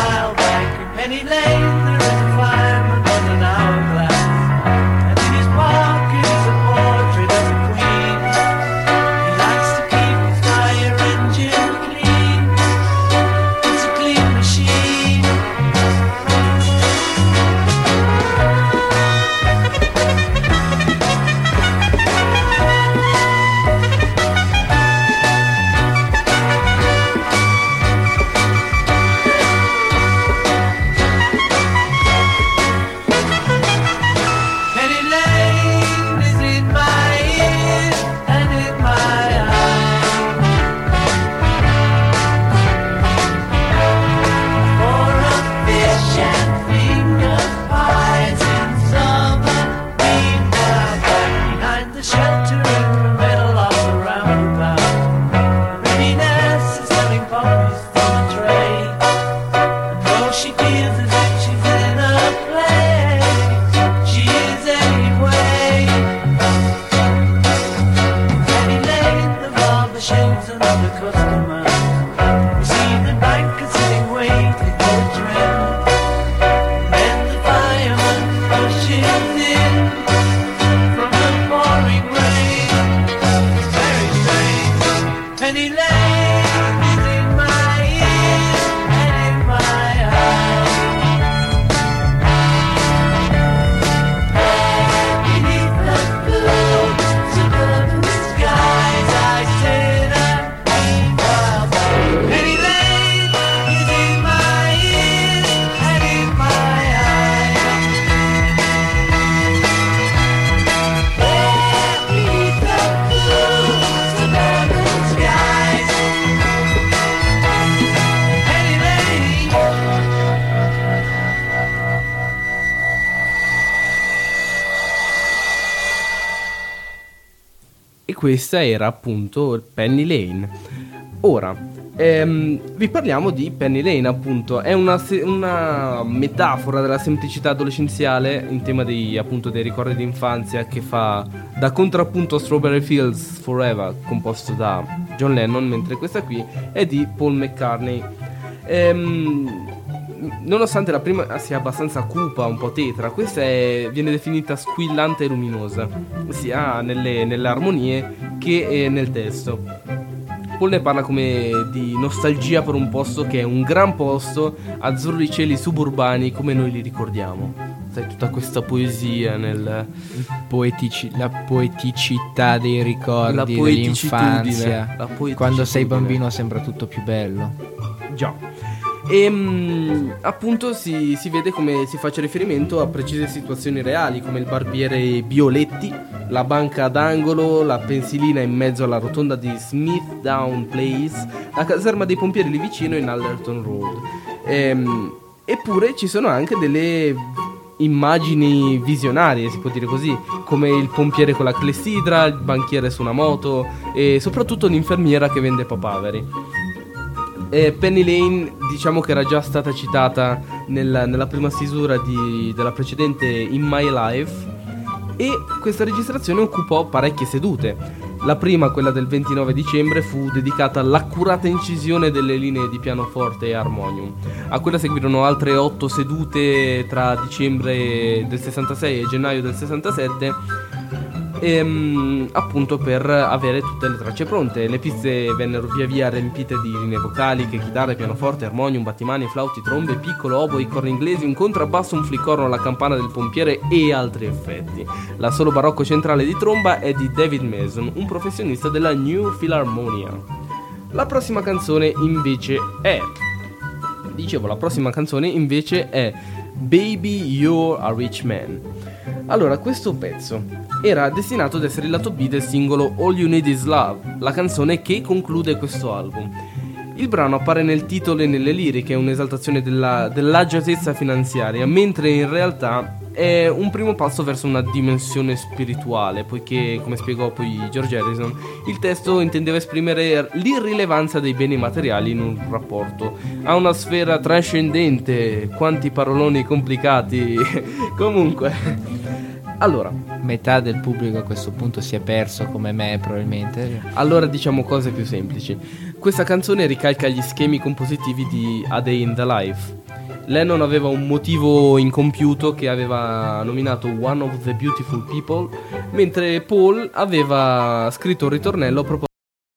questa era appunto Penny Lane. Ora, ehm, vi parliamo di Penny Lane, appunto. È una, se- una metafora della semplicità adolescenziale in tema dei, appunto, dei ricordi di infanzia, che fa da contrappunto a Strawberry Fields Forever, composto da John Lennon, mentre questa qui è di Paul McCartney. Ehm, nonostante la prima sia abbastanza cupa, un po' tetra, questa è, viene definita squillante e luminosa, sia nelle, nelle armonie che eh, nel testo. Paul ne parla come di nostalgia per un posto che è un gran posto, azzurri cieli suburbani come noi li ricordiamo. Sai, tutta questa poesia nel Poetici- la poeticità dei la ricordi poeticitudine, dell'infanzia. la poeticitudine. Quando sei bambino sembra tutto più bello. Già. E mh, appunto si, si vede come si faccia riferimento a precise situazioni reali, come il barbiere Bioletti, la banca d'angolo, la pensilina in mezzo alla rotonda di Smithdown Place, la caserma dei pompieri lì vicino in Allerton Road. Ehm, eppure ci sono anche delle immagini visionarie, si può dire così, come il pompiere con la clessidra, il banchiere su una moto e soprattutto l'infermiera che vende papaveri. Eh, Penny Lane, diciamo che era già stata citata nella, nella prima stesura di, della precedente In My Life, e questa registrazione occupò parecchie sedute. La prima, quella del ventinove dicembre, fu dedicata all'accurata incisione delle linee di pianoforte e armonium. A quella seguirono altre otto sedute tra dicembre del sessantasei e gennaio del sessantasette, ehm, appunto per avere tutte le tracce pronte. Le piste vennero via via riempite di linee vocali, che chitarre, pianoforte, armonium, battimani, flauti, trombe, piccolo, oboe, corni inglesi, un contrabbasso, un flicorno, la campana del pompiere e altri effetti. L'assolo barocco centrale di tromba è di David Mason, un professionista della New Philharmonia. La prossima canzone invece è... Dicevo, la prossima canzone invece è Baby You're a Rich Man. Allora, questo pezzo era destinato ad essere il lato B del singolo All You Need Is Love, la canzone che conclude questo album. Il brano appare nel titolo e nelle liriche, è un'esaltazione della, dell'agiatezza finanziaria, mentre in realtà è un primo passo verso una dimensione spirituale, poiché, come spiegò poi George Harrison, il testo intendeva esprimere l'irrilevanza dei beni materiali in un rapporto a una sfera trascendente. Quanti paroloni complicati. Comunque, allora, Metà del pubblico a questo punto si è perso, come me probabilmente. allora diciamo cose più semplici. Questa canzone ricalca gli schemi compositivi di A Day in the Life. Lennon aveva un motivo incompiuto che aveva nominato One of the Beautiful People, mentre Paul aveva scritto un ritornello a proposito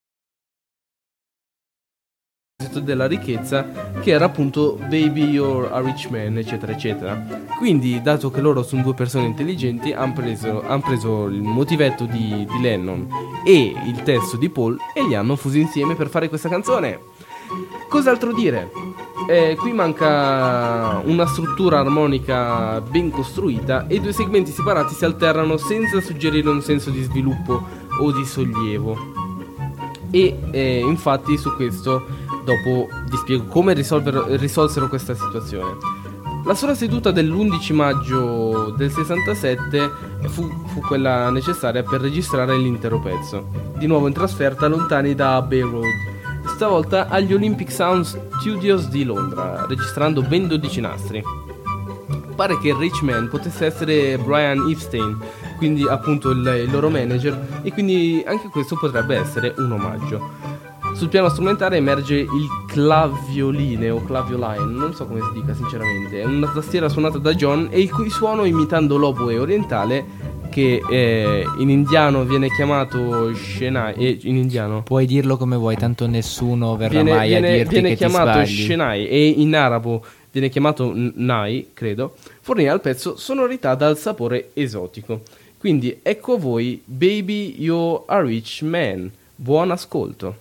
della ricchezza, che era appunto Baby You're a Rich Man, eccetera eccetera. Quindi, dato che loro sono due persone intelligenti, hanno preso, han preso il motivetto di, di Lennon e il testo di Paul e li hanno fusi insieme per fare questa canzone. Cos'altro dire? Eh, qui manca una struttura armonica ben costruita e i due segmenti separati si alternano senza suggerire un senso di sviluppo o di sollievo. E eh, infatti su questo dopo vi spiego come risolsero questa situazione. La sola seduta dell'undici maggio del sessantasette fu, fu quella necessaria per registrare l'intero pezzo, di nuovo in trasferta lontani da Abbey Road, stavolta agli Olympic Sound Studios di Londra, registrando ben dodici nastri. Pare che il Rich Man potesse essere Brian Epstein, quindi appunto il, il loro manager, e quindi anche questo potrebbe essere un omaggio. Sul piano strumentale emerge il clavioline o clavioline, non so come si dica sinceramente, è una tastiera suonata da John e il cui suono, imitando l'oboe orientale, che eh, in indiano viene chiamato Shenai, eh, in indiano Puoi dirlo come vuoi, tanto nessuno verrà viene, mai viene, a dirti viene che chiamato ti sbagli. Shenai e in arabo viene chiamato Nai, credo, fornì al pezzo sonorità dal sapore esotico. Quindi ecco a voi Baby You're a Rich Man, buon ascolto.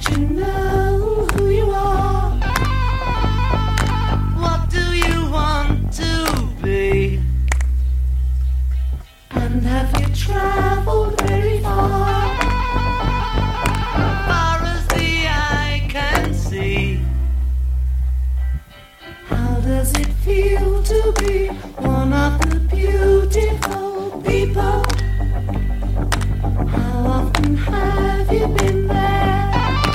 Don't you know who you are? What do you want to be? And have you traveled very far? Far as the eye can see. How does it feel to be one of the beautiful people? How often have you been there?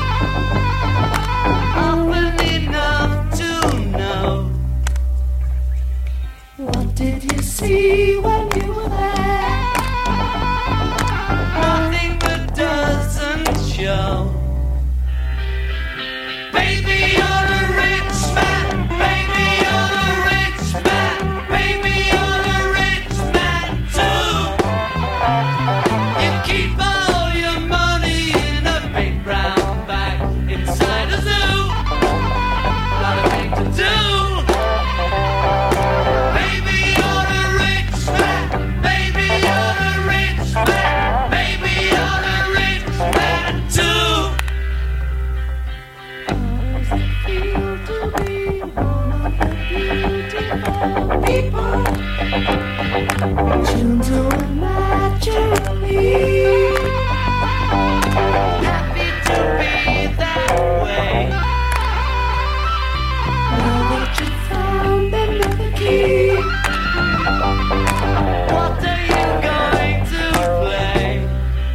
Often enough to know. What did you see when you were there? Nothing that doesn't show. Baby, you're a rich man. Baby, you're a rich man. Baby, you're a rich man too. You keep all your money in a big brown bag inside a zoo. Not a thing to do. Baby, you're a rich man. Baby, you're a rich man. Baby, you're a rich man too. How does it feel to be one of the beautiful people? Tuned to a naturally. Happy to be that way. Now that you found another key, what are you going to play?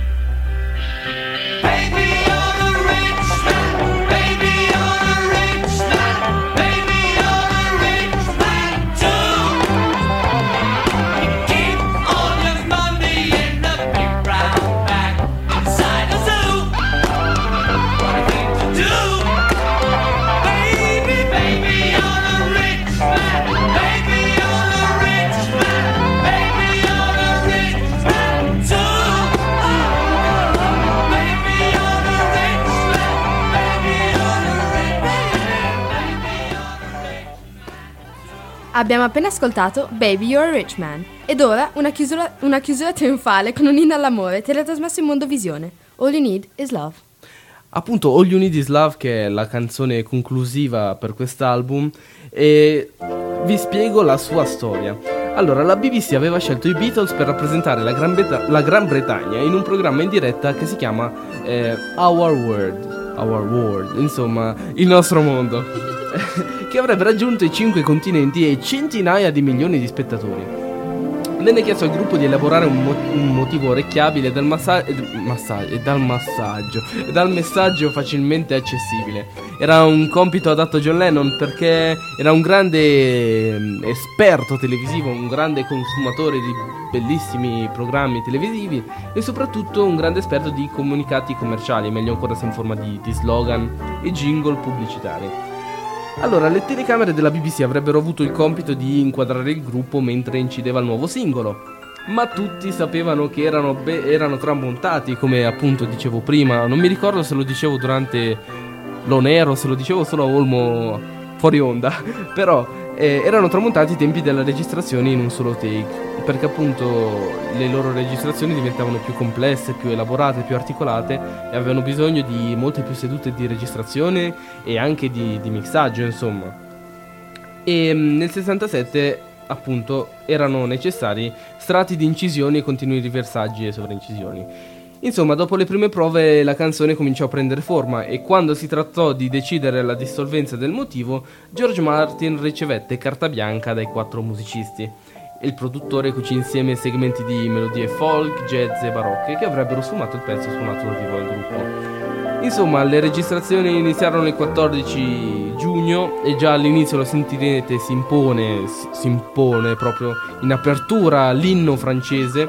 Baby, you're a rich man. Baby, you're a rich man. Baby, you're a rich man too. You keep all your money in a big brown bag inside a zoo. What a thing to do. Baby, baby, you're a rich man. Baby, you're a rich man. Baby, you're a rich man too. Oh, baby, you're a rich man. Baby, you're a rich man. Baby, you're a rich man. Abbiamo appena ascoltato Baby You're a Rich Man ed ora una chiusura, una chiusura trionfale con un inno all'amore teletrasmesso in Mondovisione. All You Need Is Love. Appunto All You Need Is Love, che è la canzone conclusiva per quest'album, e vi spiego la sua storia. Allora, la B B C aveva scelto i Beatles per rappresentare la Gran, Breta- la Gran Bretagna in un programma in diretta che si chiama eh, Our World, Our World, insomma, il nostro mondo, che avrebbe raggiunto i cinque continenti e centinaia di milioni di spettatori. Venne chiesto al gruppo di elaborare un, mo- un motivo orecchiabile dal massa- e massa- e dal massaggio e dal messaggio facilmente accessibile. Era un compito adatto a John Lennon perché era un grande ehm, esperto televisivo, un grande consumatore di bellissimi programmi televisivi e soprattutto un grande esperto di comunicati commerciali, meglio ancora se in forma di, di slogan e jingle pubblicitari. Allora, le telecamere della B B C avrebbero avuto il compito di inquadrare il gruppo mentre incideva il nuovo singolo, ma tutti sapevano che erano, be- erano tramontati, come appunto dicevo prima. Non mi ricordo se lo dicevo durante l'on air o se lo dicevo solo a Olmo fuori onda, però eh, erano tramontati i tempi della registrazione in un solo take, perché appunto le loro registrazioni diventavano più complesse, più elaborate, più articolate e avevano bisogno di molte più sedute di registrazione e anche di, di mixaggio, insomma. E nel sessantasette appunto erano necessari strati di incisioni e continui riversaggi e sovraincisioni. Insomma, dopo le prime prove la canzone cominciò a prendere forma e quando si trattò di decidere la dissolvenza del motivo, George Martin ricevette carta bianca dai quattro musicisti. Il produttore cucì insieme segmenti di melodie folk, jazz e barocche che avrebbero sfumato il pezzo suonato dal vivo al gruppo. Insomma, le registrazioni iniziarono il quattordici giugno e già all'inizio lo sentirete si impone, si impone proprio in apertura l'inno francese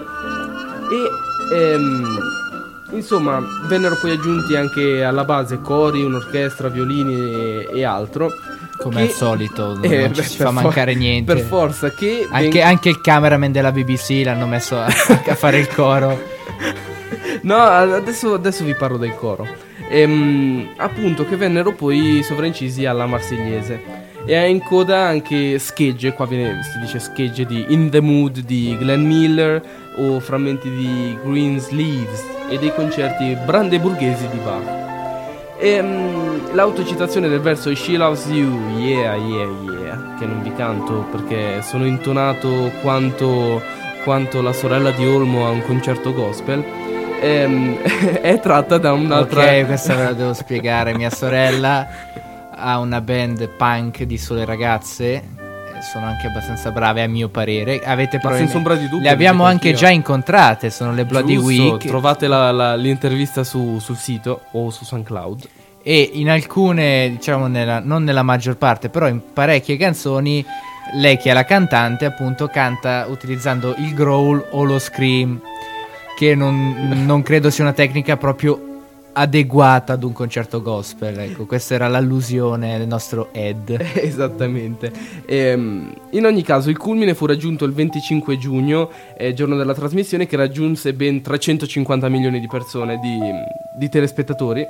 e ehm, insomma vennero poi aggiunti anche alla base cori, un'orchestra, violini e, e altro. Come che, al solito, non eh, ci beh, si fa mancare for- niente. Per forza che Anche, ven- anche il cameraman della B B C l'hanno messo a, a fare il coro. No, adesso, adesso vi parlo del coro. Ehm, appunto che vennero poi sovraincisi alla marsigliese. E in coda anche schegge, qua viene, si dice schegge di In the Mood di Glenn Miller o frammenti di Greensleeves e dei concerti brandeburghesi di Bach. E, um, l'autocitazione del verso She Loves You, yeah, yeah, yeah, che non vi canto perché sono intonato quanto, quanto la sorella di Olmo a un concerto gospel, ehm, è tratta da un'altra... Ok, questa ve la devo spiegare. Mia sorella ha una band punk di sole ragazze, sono anche abbastanza brave a mio parere. Avete Ma senza ombra di dubbio, le abbiamo dico anche anch'io. già incontrate, sono le Bloody Giusto, Week. trovate la, la, l'intervista su, sul sito o su SoundCloud. E in alcune, diciamo nella, non nella maggior parte, però in parecchie canzoni, lei che è la cantante appunto canta utilizzando il growl o lo scream, che non, non credo sia una tecnica proprio adeguata ad un concerto gospel. Ecco, questa era l'allusione del nostro Ed. Esattamente. Ehm, in ogni caso il culmine fu raggiunto il venticinque giugno, eh, giorno della trasmissione, che raggiunse ben trecentocinquanta milioni di persone, di, di telespettatori.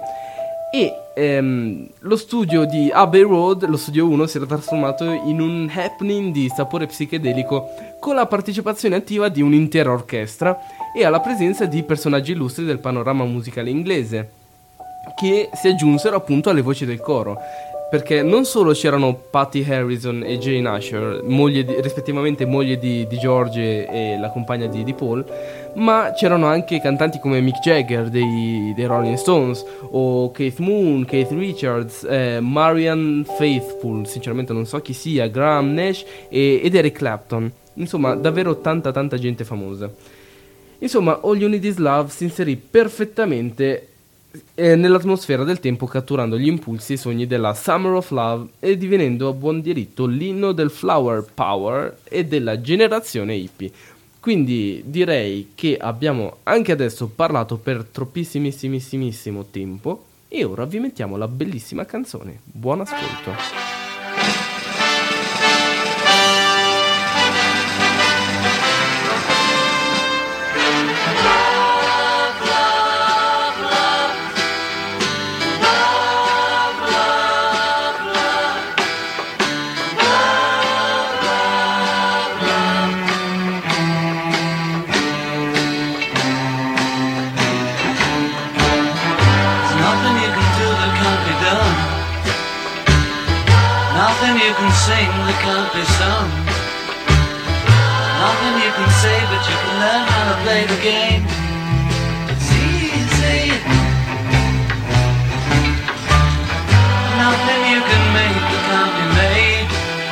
E ehm, lo studio di Abbey Road, lo studio uno, si era trasformato in un happening di sapore psichedelico, con la partecipazione attiva di un'intera orchestra e alla presenza di personaggi illustri del panorama musicale inglese, che si aggiunsero appunto alle voci del coro, perché non solo c'erano Patty Harrison e Jane Asher, moglie di, rispettivamente moglie di, di George e la compagna di, di Paul, ma c'erano anche cantanti come Mick Jagger dei, dei Rolling Stones, o Keith Moon, Keith Richards, eh, Marianne Faithfull, sinceramente non so chi sia, Graham Nash e, ed Eric Clapton. Insomma, davvero tanta tanta gente famosa. Insomma, All You Need Is Love si inserì perfettamente eh, nell'atmosfera del tempo, catturando gli impulsi e i sogni della Summer of Love e divenendo a buon diritto l'inno del flower power e della generazione hippie. Quindi direi che abbiamo anche adesso parlato per troppissimissimissimo tempo e ora vi mettiamo la bellissima canzone. Buon ascolto. Nothing you can sing that can't be sung. Nothing you can say, but you can learn how to play the game. It's easy. Nothing you can make that can't be made.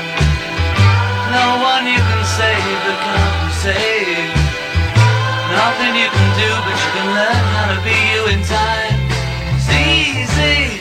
No one you can save that can't be saved. Nothing you can do, but you can learn how to be you in time. It's easy.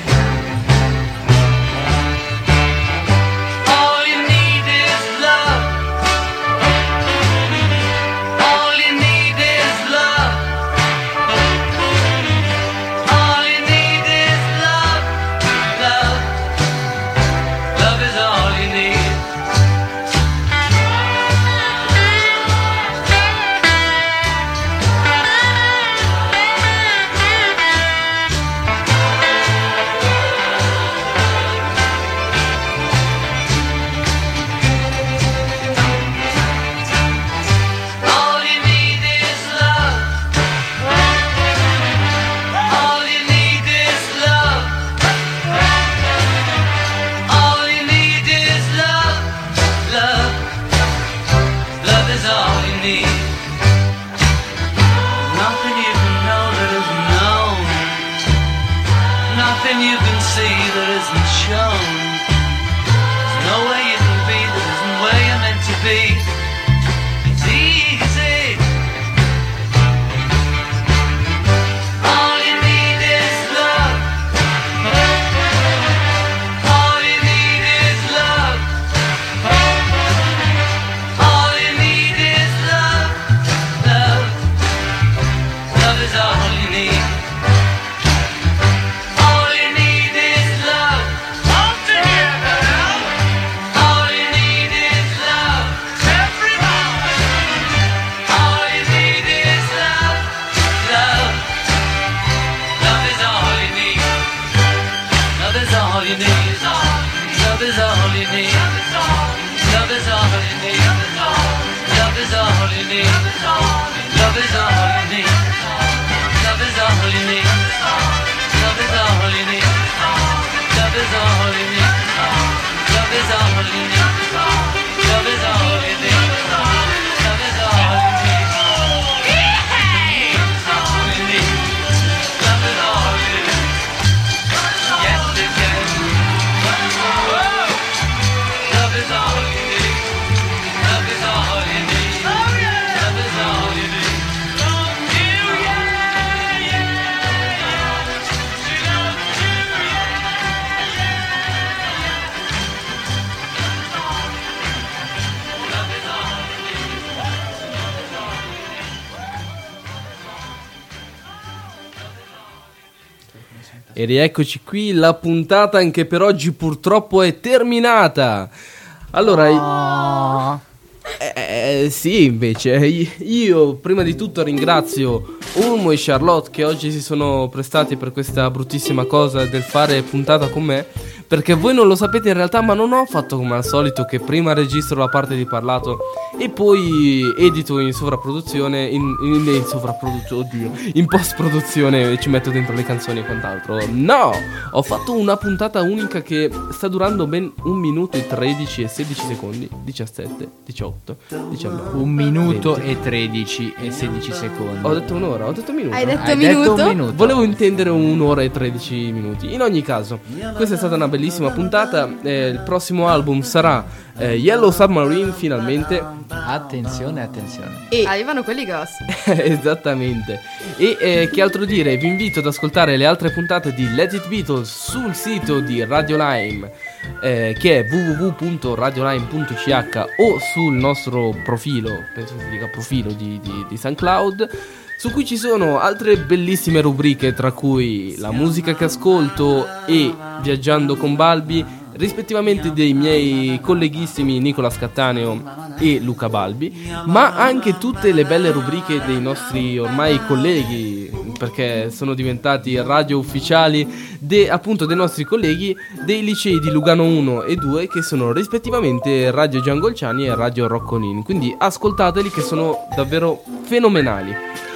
Love is all you need. Love is all you need. is all you need. Love is all you need. Love is all you need. Love is all you need. Hey! All you need. Love is all you need. Yes, it can. Whoa! Love is all you need. Love is all you need. Love is all you need. Love you, yeah, yeah, yeah. She loves you, yeah, yeah, yeah. Love is all you E rieccoci qui, la puntata anche per oggi purtroppo è terminata. Allora, eh, eh, sì, invece, io prima di tutto ringrazio Olmo e Charlotte che oggi si sono prestati per questa bruttissima cosa del fare puntata con me, perché voi non lo sapete in realtà, ma non ho fatto come al solito che prima registro la parte di parlato e poi edito in sovrapproduzione, in, in, in sovrapproduzione, oddio, in post-produzione ci metto dentro le canzoni e quant'altro. No, ho fatto una puntata unica che sta durando ben un minuto e tredici e sedici secondi, diciassette, diciotto, diciannove. Un minuto venti. e tredici e sedici secondi. Ho detto un'ora, ho detto un minuto. Hai detto Hai minuto? detto un minuto. Volevo intendere un'ora e tredici minuti. In ogni caso, questa è stata una bellissima puntata. Eh, il prossimo album sarà eh, Yellow Submarine, finalmente. Attenzione, attenzione. E Arrivano quelli grossi. esattamente. E eh, che altro dire? Vi invito ad ascoltare le altre puntate di Let It Beatles sul sito di Radio Lime, eh, che è w w w punto radio lime punto c h, o sul nostro profilo, penso si dica profilo di, di, di SoundCloud, su cui ci sono altre bellissime rubriche, tra cui la musica che ascolto e Viaggiando con Balbi, rispettivamente dei miei colleghissimi Nicola Scattaneo e Luca Balbi, ma anche tutte le belle rubriche dei nostri ormai colleghi, perché sono diventati radio ufficiali de, appunto dei nostri colleghi dei licei di Lugano uno e due, che sono rispettivamente Radio Giangolciani e Radio Roccolini. Quindi ascoltateli, che sono davvero fenomenali.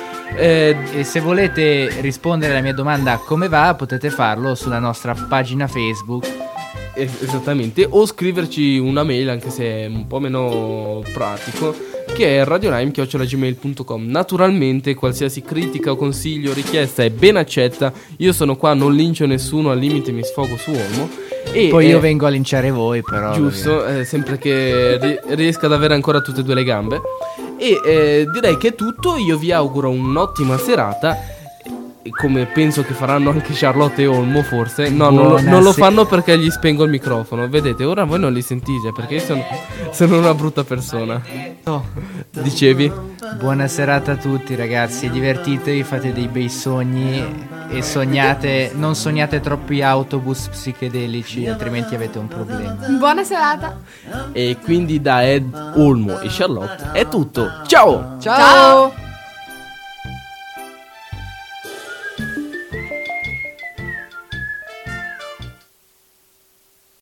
Eh, e se volete rispondere alla mia domanda come va, potete farlo sulla nostra pagina Facebook. Esattamente, o scriverci una mail, anche se è un po' meno pratico, che è radiolime chiocciola gmail punto com. Naturalmente qualsiasi critica o consiglio o richiesta è ben accetta. Io sono qua, non lincio nessuno, al limite mi sfogo su Olmo. E Poi eh, io vengo a linciare voi, però. giusto, eh, sempre che ri- riesca ad avere ancora tutte e due le gambe. E eh, direi che è tutto. Io vi auguro un'ottima serata, come penso che faranno anche Charlotte e Olmo, forse. No, non lo, non lo fanno perché gli spengo il microfono. Vedete, ora voi non li sentite perché io sono, sono una brutta persona. Oh. Dicevi? Buona serata a tutti, ragazzi, divertitevi, fate dei bei sogni e sognate, non sognate troppi autobus psichedelici, altrimenti avete un problema. Buona serata. E quindi da Ed, Olmo e Charlotte è tutto. Ciao! Ciao!